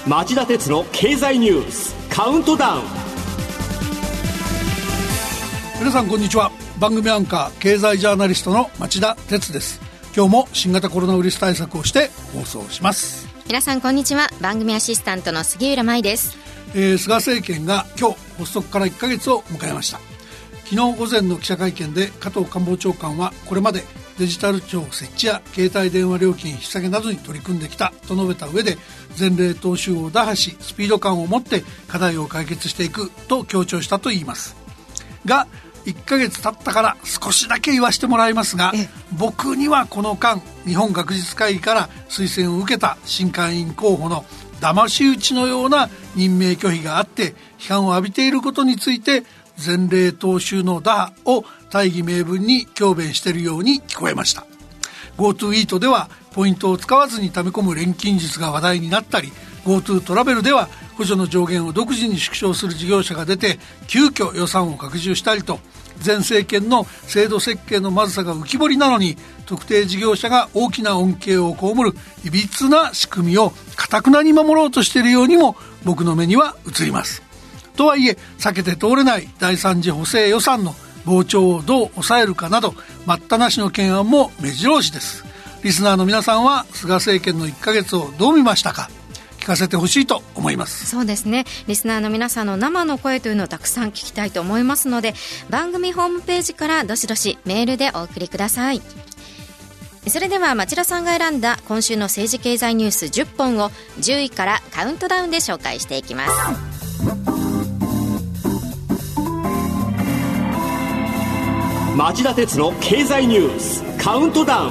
町田鉄の経済ニュースカウントダウン。 皆さんこんにちは。番組アンカー経済ジャーナリストの町田鉄です。今日も新型コロナウイルス対策をして放送します。 皆さんこんにちは。番組アシスタントの杉浦舞です。 菅政権が今日発足から1ヶ月を迎えました。昨日午前の記者会見で加藤官房長官は、これまでデジタル庁設置や携帯電話料金引き下げなどに取り組んできたと述べた上で、前例踏襲を打破しスピード感を持って課題を解決していくと強調したといいますが、1ヶ月経ったから少しだけ言わせてもらいますが、僕にはこの間日本学術会議から推薦を受けた新会員候補の騙し討ちのような任命拒否があって批判を浴びていることについて、前例踏襲の打破を大義名分に強弁しているように聞こえました。 GoTo イートではポイントを使わずに溜め込む錬金術が話題になったり、 GoTo トラベルでは補助の上限を独自に縮小する事業者が出て急遽予算を拡充したりと、前政権の制度設計のまずさが浮き彫りなのに、特定事業者が大きな恩恵を被るいびつな仕組みを頑なに守ろうとしているようにも僕の目には映ります。とはいえ避けて通れない第三次補正予算の膨張をどう抑えるかなど待ったなしの懸案も目白押しです。リスナーの皆さんは菅政権の1ヶ月をどう見ましたか。聞かせてほしいと思います。 そうですね、リスナーの皆さんの生の声というのをたくさん聞きたいと思いますので、番組ホームページからどしどしメールでお送りください。それでは町田さんが選んだ今週の政治経済ニュース10本を10位からカウントダウンで紹介していきます。 町田鉄の経済ニュースカウントダウン。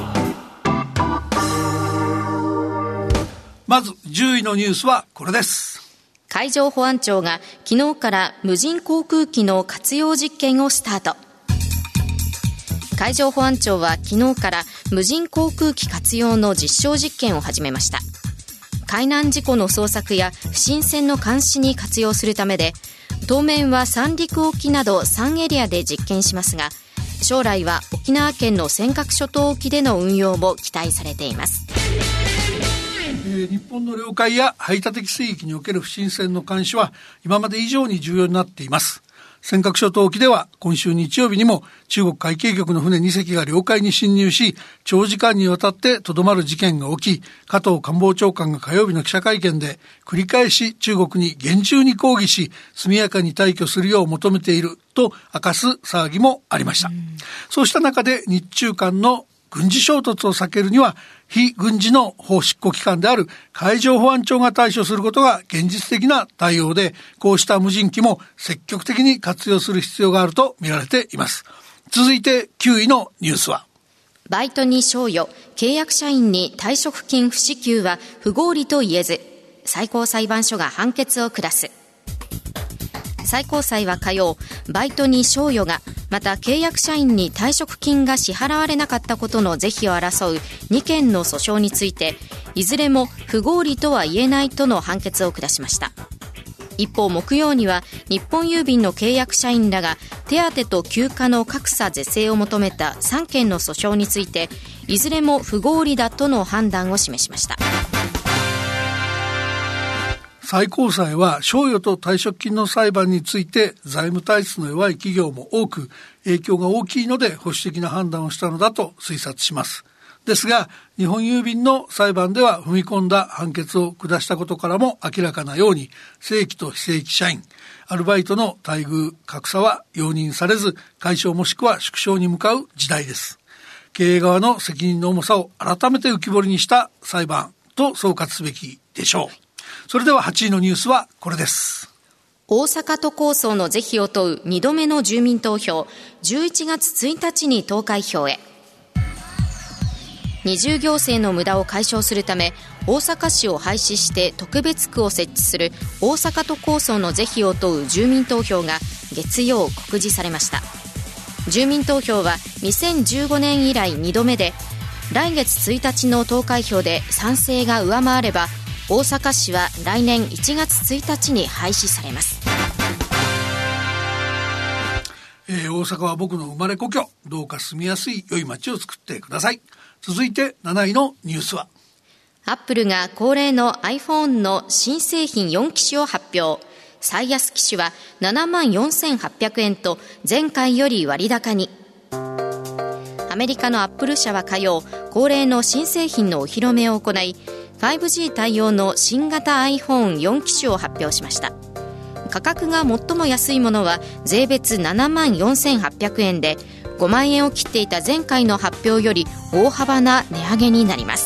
まず10位のニュースはこれです。 海上保安庁が昨日から無人航空機の活用実験をスタート。海上保安庁は昨日から無人航空機活用の実証実験を始めました。海難事故の捜索や不審船の監視に活用するためで、当面は三陸沖など3エリアで実験しますが、将来は沖縄県の尖閣諸島沖での運用も期待されています。 日本の領海や排他的水域における不審船の監視は今まで以上に重要になっています。尖閣諸島沖では今週日曜日にも中国海警局の船2隻が領海に侵入し、長時間にわたってとどまる事件が起き、加藤官房長官が火曜日の記者会見で繰り返し中国に厳重に抗議し、速やかに退去するよう求めていると明かす騒ぎもありました。そうした中で日中間の軍事衝突を避けるには非軍事の法執行機関である海上保安庁が対処することが現実的な対応で、こうした無人機も積極的に活用する必要があると見られています。続いて9位のニュースは、 バイトに賞与、契約社員に退職金不支給は不合理と言えず、最高裁判所が判決を下す。最高裁は火曜、バイトに賞与が、また契約社員に退職金が支払われなかったことの是非を争う2件の訴訟について、いずれも不合理とは言えないとの判決を下しました。一方、木曜には日本郵便の契約社員らが手当と休暇の格差是正を求めた3件の訴訟について、いずれも不合理だとの判断を示しました。 最高裁は賞与と退職金の裁判について財務体質の弱い企業も多く、影響が大きいので保守的な判断をしたのだと推察します。ですが日本郵便の裁判では踏み込んだ判決を下したことからも明らかなように、正規と非正規社員、アルバイトの待遇格差は容認されず、解消もしくは縮小に向かう時代です。経営側の責任の重さを改めて浮き彫りにした裁判と総括すべきでしょう。それでは8位のニュースはこれです。 大阪都構想の是非を問う2度目の住民投票、11月1日に投開票へ。二重行政の無駄を解消するため、大阪市を廃止して特別区を設置する大阪都構想の是非を問う住民投票が月曜告示されました。住民投票は2015年以来2度目で、来月1日の投開票で賛成が上回れば、大阪市は来年1月1日に廃止されます。 大阪は僕の生まれ故郷、どうか住みやすい良い街を作ってください。続いて7位のニュースは、 アップルが恒例の iPhone の新製品4機種を発表。最安機種は74,800円と前回より割高に。アメリカのアップル社は火曜、恒例の新製品のお披露目を行い、5G 対応の新型 iPhone4 機種を発表しました。価格が最も安いものは税別74,800円で、5万円を切っていた前回の発表より大幅な値上げになります。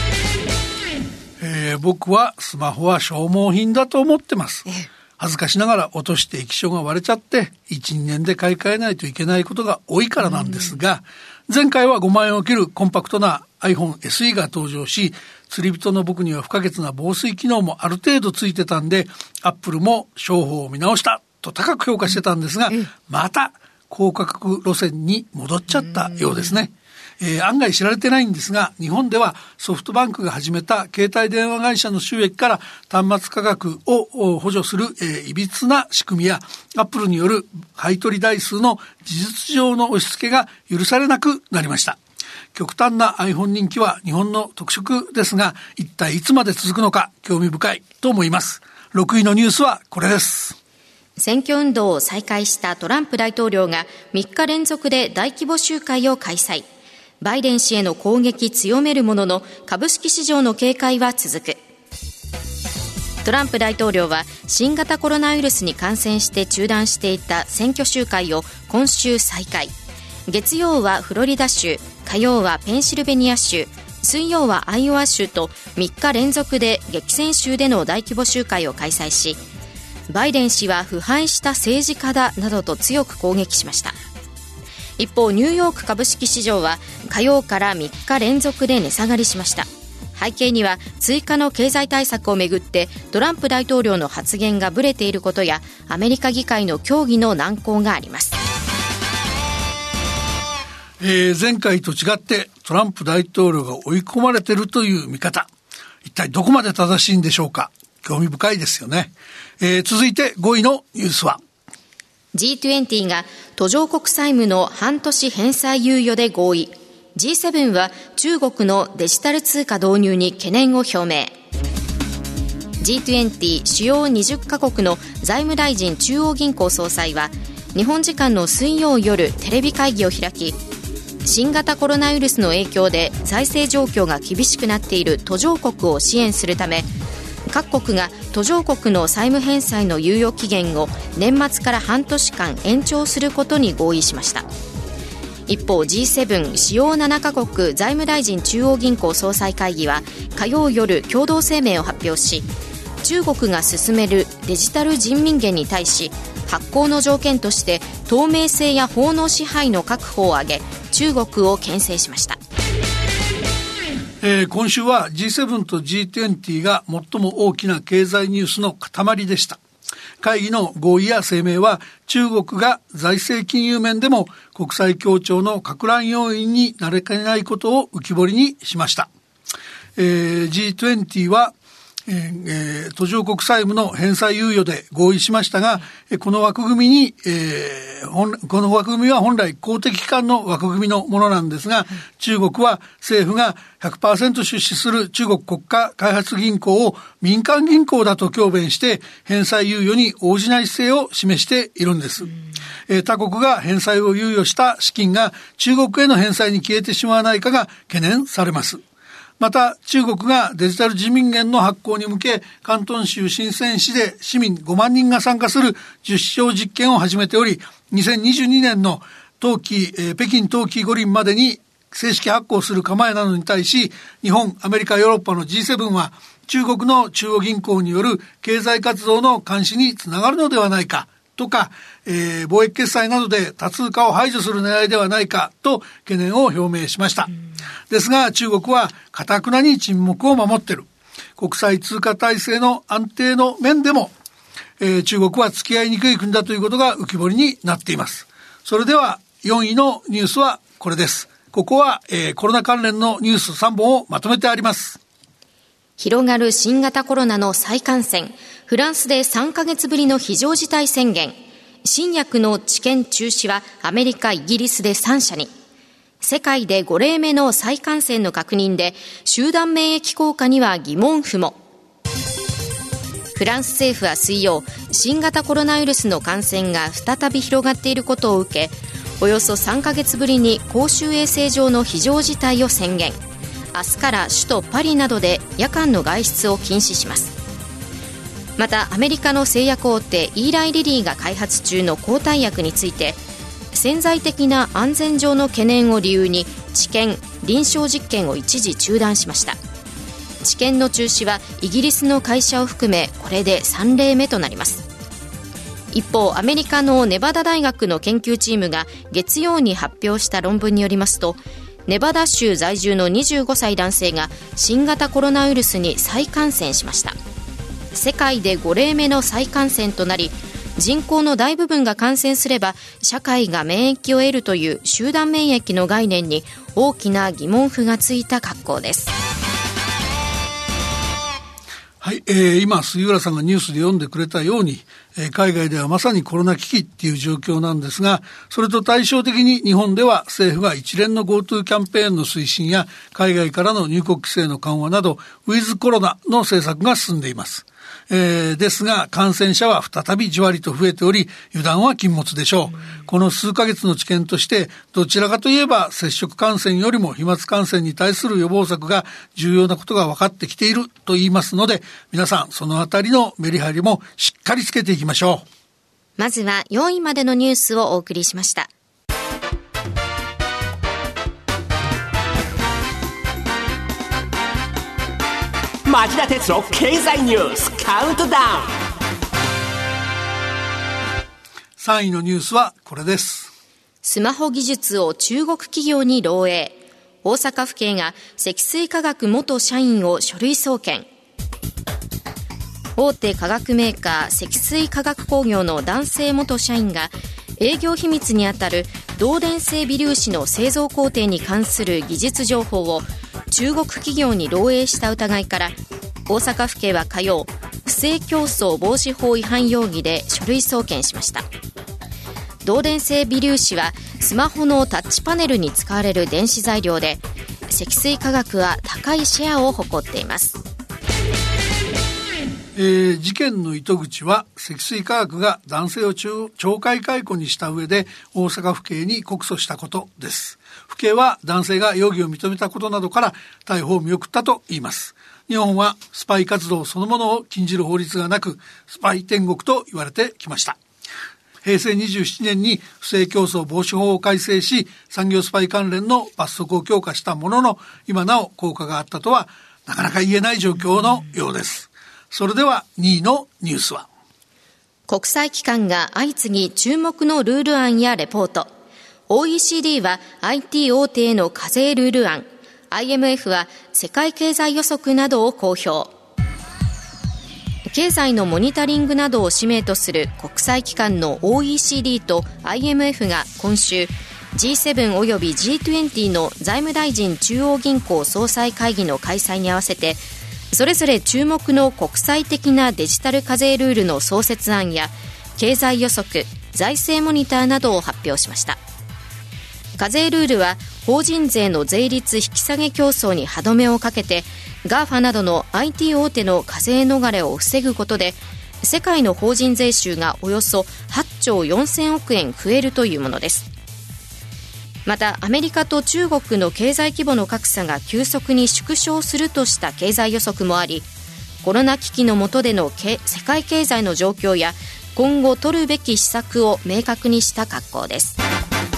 僕はスマホは消耗品だと思ってます。恥ずかしながら落として液晶が割れちゃって 1,2 年で買い替えないといけないことが多いからなんですが、前回は5万円を切るコンパクトな iPhone SE が登場し、釣り人の僕には不可欠な防水機能もある程度ついてたんで、アップルも商法を見直したと高く評価してたんですが、また高価格路線に戻っちゃったようですね。案外知られてないんですが、日本ではソフトバンクが始めた携帯電話会社の収益から端末価格を補助するいびつな仕組みや、アップルによる買い取り台数の事実上の押し付けが許されなくなりました。極端な iPhone 人気は日本の特色ですが、一体いつまで続くのか興味深いと思います。6位のニュースはこれです。 選挙運動を再開したトランプ大統領が3日連続で大規模集会を開催。バイデン氏への攻撃強めるものの、株式市場の警戒は続く。トランプ大統領は新型コロナウイルスに感染して中断していた選挙集会を今週再開。月曜はフロリダ州、火曜はペンシルベニア州、水曜はアイオワ州と3日連続で激戦州での大規模集会を開催し、バイデン氏は腐敗した政治家だなどと強く攻撃しました。一方、ニューヨーク株式市場は火曜から3日連続で値下がりしました。背景には追加の経済対策をめぐってトランプ大統領の発言がブレていることや、アメリカ議会の協議の難航があります。 前回と違ってトランプ大統領が追い込まれているという見方、一体どこまで正しいんでしょうか。興味深いですよね。続いて5位のニュースは、 G20 が途上国債務の半年返済猶予で合意。 G7 は中国のデジタル通貨導入に懸念を表明。 G20 主要20カ国の財務大臣中央銀行総裁は日本時間の水曜夜テレビ会議を開き、新型コロナウイルスの影響で財政状況が厳しくなっている途上国を支援するため、各国が途上国の債務返済の猶予期限を年末から半年間延長することに合意しました。一方、 G7 主要7カ国財務大臣中央銀行総裁会議は火曜夜共同声明を発表し、中国が進めるデジタル人民元に対し、発行の条件として透明性や法の支配の確保を挙げ、中国を牽制しました。 今週は G7 と G20 が最も大きな経済ニュースの塊でした。会議の合意や声明は、中国が財政金融面でも国際協調の撹乱要因になりかねないことを浮き彫りにしました。G20 は途上国債務の返済猶予で合意しましたが、この枠組みは本来公的機関の枠組みのものなんですが、中国は政府が 100% 出資する中国国家開発銀行を民間銀行だと強弁して返済猶予に応じない姿勢を示しているんです。他国が返済を猶予した資金が中国への返済に消えてしまわないかが懸念されます。また、中国がデジタル人民元の発行に向け、広東州深セン市で市民5万人が参加する実証実験を始めており、2022年の北京冬季五輪までに正式発行する構えなのに対し、日本、アメリカ、ヨーロッパの G7 は中国の中央銀行による経済活動の監視につながるのではないかとか、貿易決済などで多通貨を排除する狙いではないかと懸念を表明しました。ですが、中国は堅くなに沈黙を守っている。国際通貨体制の安定の面でも、中国は付き合いにくい国だということが浮き彫りになっています。それでは4位のニュースはこれです。ここは、コロナ関連のニュース3本をまとめてあります。 広がる新型コロナの再感染。フランスで3ヶ月ぶりの非常事態宣言。新薬の治験中止はアメリカ、イギリスで3社に。 世界で5例目の再感染の確認で、集団免疫効果には疑問符も。フランス政府は水曜、新型コロナウイルスの感染が再び広がっていることを受け、およそ3ヶ月ぶりに公衆衛生上の非常事態を宣言。明日から首都パリなどで夜間の外出を禁止します。またアメリカの製薬大手イーライ・リリーが開発中の抗体薬について、潜在的な安全上の懸念を理由に治験・臨床実験を一時中断しました。治験の中止はイギリスの会社を含めこれで3例目となります。一方、アメリカのネバダ大学の研究チームが月曜に発表した論文によりますと、ネバダ州在住の25歳男性が新型コロナウイルスに再感染しました。世界で5例目の再感染となり、人口の大部分が感染すれば社会が免疫を得るという集団免疫の概念に大きな疑問符がついた格好です。 はい、今杉浦さんがニュースで読んでくれたように、海外ではまさにコロナ危機っていう状況なんですが、それと対照的に日本では政府が一連の GoTo キャンペーンの推進や海外からの入国規制の緩和などウィズコロナの政策が進んでいます。ですが感染者は再びじわりと増えており、油断は禁物でしょう。この数ヶ月の知見として、どちらかといえば接触感染よりも飛沫感染に対する予防策が重要なことが分かってきていると言いますので、皆さんそのあたりのメリハリもしっかりつけていきましょう。 まずは4位までのニュースをお送りしました。 町田鉄の経済ニュースカウントダウン。 3位のニュースはこれです。 スマホ技術を中国企業に漏洩。大阪府警が積水化学元社員を書類送検。大手化学メーカー積水化学工業の男性元社員が営業秘密にあたる導電性微粒子の製造工程に関する技術情報を中国企業に漏洩した疑いから大阪府警は火曜、不正競争防止法違反容疑で書類送検しました。導電性微粒子はスマホのタッチパネルに使われる電子材料で、積水化学は高いシェアを誇っています。 事件の糸口は積水化学が男性を懲戒解雇にした上で大阪府警に告訴したことです。府警は男性が容疑を認めたことなどから逮捕を見送ったといいます。日本はスパイ活動そのものを禁じる法律がなく、スパイ天国と言われてきました。平成27年に不正競争防止法を改正し、産業スパイ関連の罰則を強化したものの、今なお効果があったとはなかなか言えない状況のようです。それでは2位のニュースは、 国際機関が相次ぎ注目のルール案やレポート。 OECD は IT 大手への課税ルール案、 IMF は世界経済予測などを公表。経済のモニタリングなどを使命とする国際機関の OECD と IMF が今週 G7 および G20 の財務大臣中央銀行総裁会議の開催に合わせて、それぞれ注目の国際的なデジタル課税ルールの創設案や経済予測、財政モニターなどを発表しました。課税ルールは法人税の税率引き下げ競争に歯止めをかけて GAFA などの IT 大手の課税逃れを防ぐことで、世界の法人税収がおよそ8兆4000億円増えるというものです。またアメリカと中国の経済規模の格差が急速に縮小するとした経済予測もあり、コロナ危機の下での世界経済の状況や今後取るべき施策を明確にした格好です。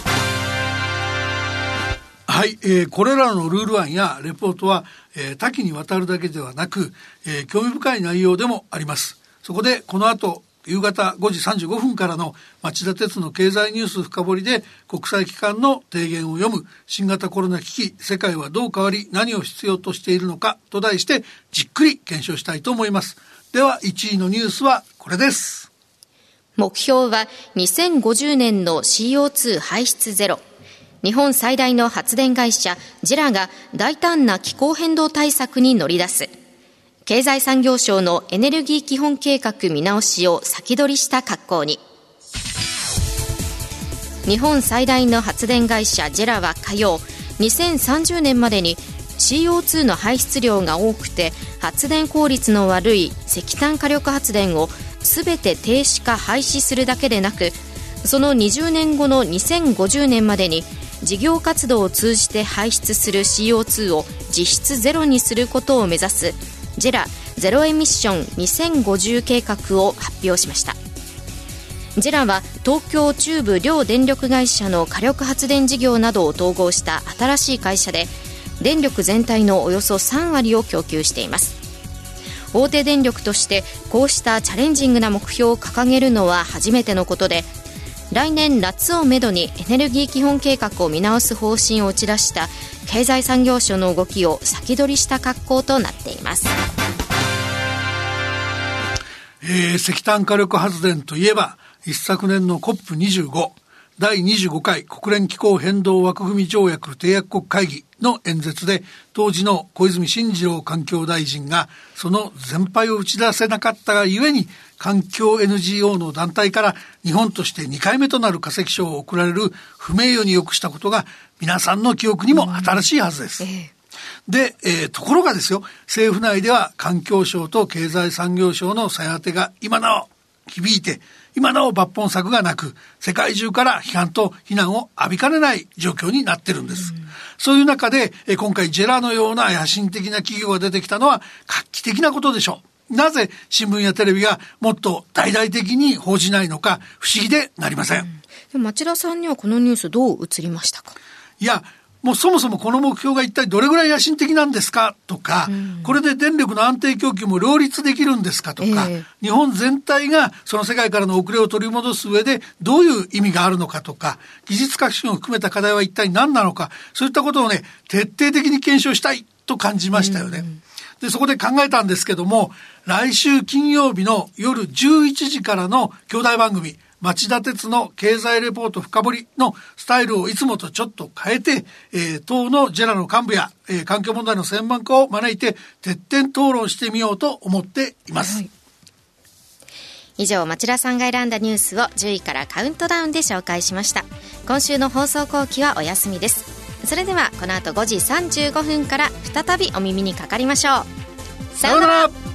はい、これらのルール案やレポートは、多岐にわたるだけではなく、興味深い内容でもあります。そこでこの後夕方5時35分からの町田鉄の経済ニュース深掘りで、国際機関の提言を読む新型コロナ危機、世界はどう変わり何を必要としているのかと題してじっくり検証したいと思います。では1位のニュースはこれです。 目標は2050年の CO2 排出ゼロ。日本最大の発電会社ジェラが大胆な気候変動対策に乗り出す。経済産業省のエネルギー基本計画見直しを先取りした格好に。 日本最大の発電会社ジェラは火曜、2030年までに CO2 の排出量が多くて発電効率の悪い石炭火力発電をすべて停止か廃止するだけでなく、その20年後の2050年までに事業活動を通じて排出する CO2 を実質ゼロにすることを目指すジェラゼロエミッション2050計画を発表しました。ジェラは東京中部両電力会社の火力発電事業などを統合した新しい会社で、電力全体のおよそ3割を供給しています。大手電力としてこうしたチャレンジングな目標を掲げるのは初めてのことで、来年夏をめどにエネルギー基本計画を見直す方針を打ち出した経済産業省の動きを先取りした格好となっています。 石炭火力発電といえば、一昨年の COP25 第25回国連気候変動枠組条約締約国会議の演説で、当時の小泉進次郎環境大臣がその全廃を打ち出せなかったがゆえに、環境 NGO の団体から日本として2回目となる化石賞を贈られる不名誉に良くしたことが皆さんの記憶にも新しいはずです。で、ところがですよ、政府内では環境省と経済産業省の再当てが今なお響いて、今なお抜本策がなく、世界中から批判と非難を浴びかねない状況になってるんです。そういう中で今回ジェラのような野心的な企業が出てきたのは画期的なことでしょう。なぜ新聞やテレビがもっと大々的に報じないのか不思議でなりません。 でも町田さんにはこのニュースどう映りましたか？ いや、もうそもそもこの目標が一体どれぐらい野心的なんですかとか、これで電力の安定供給も両立できるんですかとか、日本全体がその世界からの遅れを取り戻す上でどういう意味があるのかとか、技術革新を含めた課題は一体何なのか、そういったことをね、徹底的に検証したいと感じましたよね。で、そこで考えたんですけども、来週金曜日の夜11時からの兄弟番組町田鉄の経済レポート深掘りのスタイルをいつもとちょっと変えて、党のジェラの幹部や、環境問題の専門家を招いて徹底討論してみようと思っています。 以上、町田さんが選んだニュースを10位からカウントダウンで紹介しました。今週の放送後期はお休みです。それではこの後5時35分から再びお耳にかかりましょう。さようなら。